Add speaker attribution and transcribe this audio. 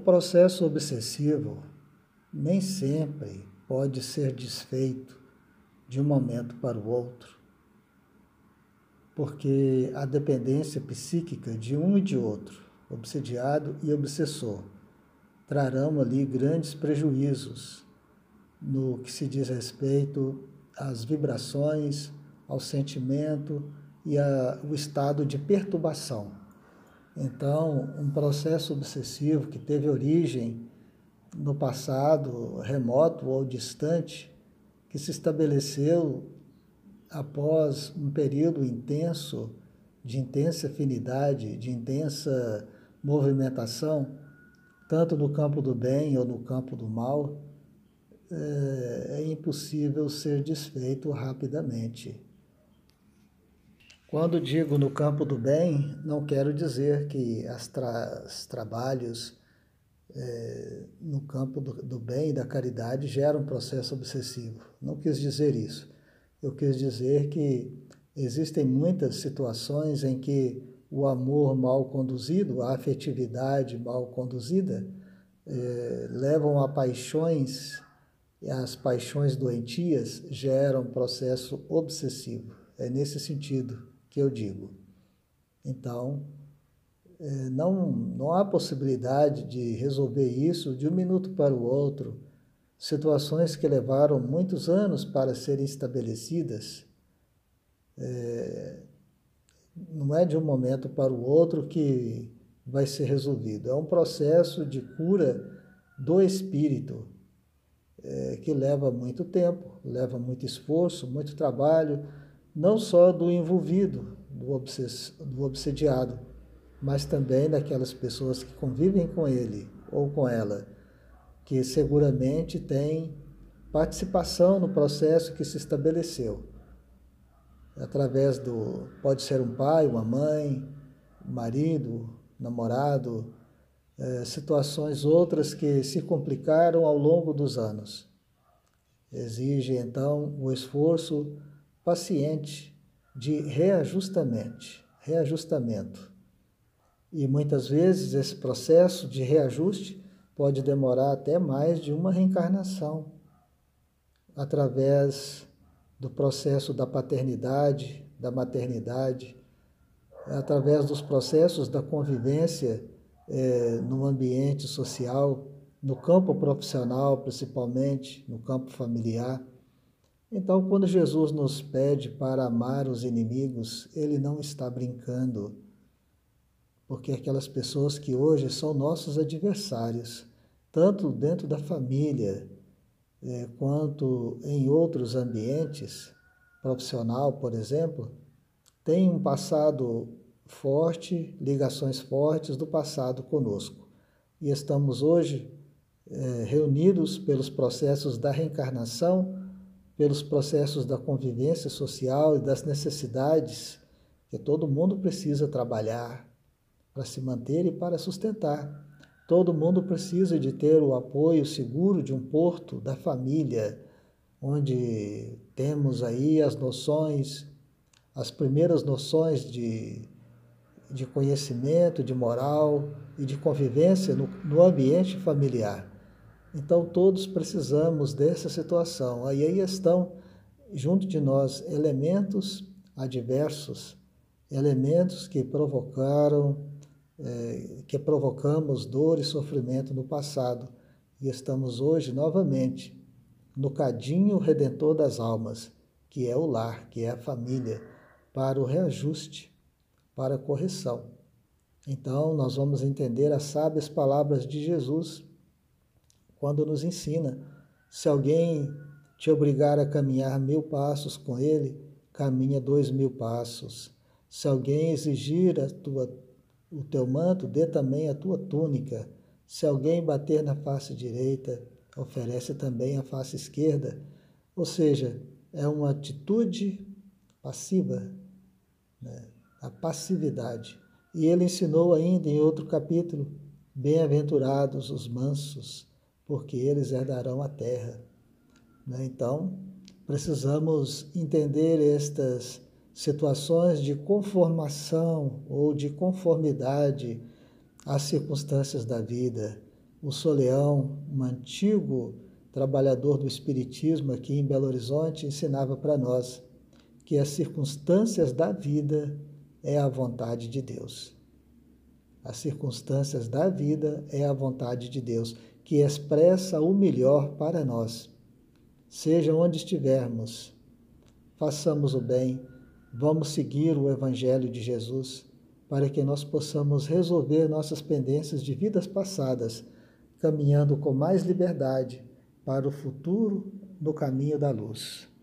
Speaker 1: processo obsessivo nem sempre pode ser desfeito de um momento para o outro, porque a dependência psíquica de um e de outro, obsediado e obsessor, trarão ali grandes prejuízos no que se diz respeito às vibrações, ao sentimento e ao estado de perturbação. Então, um processo obsessivo que teve origem no passado remoto ou distante, que se estabeleceu após um período intenso, de intensa afinidade, de intensa movimentação, tanto no campo do bem ou no campo do mal, é impossível ser desfeito rapidamente. Quando digo no campo do bem, não quero dizer que os trabalhos no campo do bem e da caridade geram um processo obsessivo. Não quis dizer isso. Eu quis dizer que existem muitas situações em que o amor mal conduzido, a afetividade mal conduzida, levam a paixões, e as paixões doentias geram um processo obsessivo. É nesse sentido que eu digo. Então, não há possibilidade de resolver isso de um minuto para o outro. Situações que levaram muitos anos para serem estabelecidas, não é de um momento para o outro que vai ser resolvido. É um processo de cura do espírito, que leva muito tempo, leva muito esforço, muito trabalho, não só do envolvido, do obsediado, mas também daquelas pessoas que convivem com ele ou com ela, que seguramente têm participação no processo que se estabeleceu. Através pode ser um pai, uma mãe, um marido, namorado, situações outras que se complicaram ao longo dos anos. Exige, então, o esforço paciente de reajustamento. E muitas vezes esse processo de reajuste pode demorar até mais de uma reencarnação, através do processo da paternidade, da maternidade, através dos processos da convivência no ambiente social, no campo profissional, principalmente, no campo familiar. Então, quando Jesus nos pede para amar os inimigos, ele não está brincando, porque aquelas pessoas que hoje são nossos adversários, tanto dentro da família, quanto em outros ambientes, profissional, por exemplo, têm um passado forte, ligações fortes do passado conosco. E estamos hoje reunidos pelos processos da reencarnação, pelos processos da convivência social e das necessidades que todo mundo precisa trabalhar para se manter e para sustentar. Todo mundo precisa de ter o apoio seguro de um porto da família, onde temos aí as primeiras noções de conhecimento, de moral e de convivência no ambiente familiar. Então, todos precisamos dessa situação. Aí estão, junto de nós, elementos adversos, elementos que provocamos dor e sofrimento no passado. E estamos hoje, novamente, no cadinho redentor das almas, que é o lar, que é a família, para o reajuste, para a correção. Então, nós vamos entender as sábias palavras de Jesus, quando nos ensina: se alguém te obrigar a caminhar 1000 passos com ele, caminha 2000 passos. Se alguém exigir o teu manto, dê também a tua túnica. Se alguém bater na face direita, oferece também a face esquerda. Ou seja, é uma atitude passiva, né? A passividade. E ele ensinou ainda em outro capítulo: bem-aventurados os mansos, porque eles herdarão a terra. Então, precisamos entender estas situações de conformação ou de conformidade às circunstâncias da vida. o Soleão, um antigo trabalhador do Espiritismo aqui em Belo Horizonte, ensinava para nós que as circunstâncias da vida é a vontade de Deus. As circunstâncias da vida é a vontade de Deus, que expressa o melhor para nós. Seja onde estivermos, façamos o bem, vamos seguir o Evangelho de Jesus, para que nós possamos resolver nossas pendências de vidas passadas, caminhando com mais liberdade para o futuro no caminho da luz.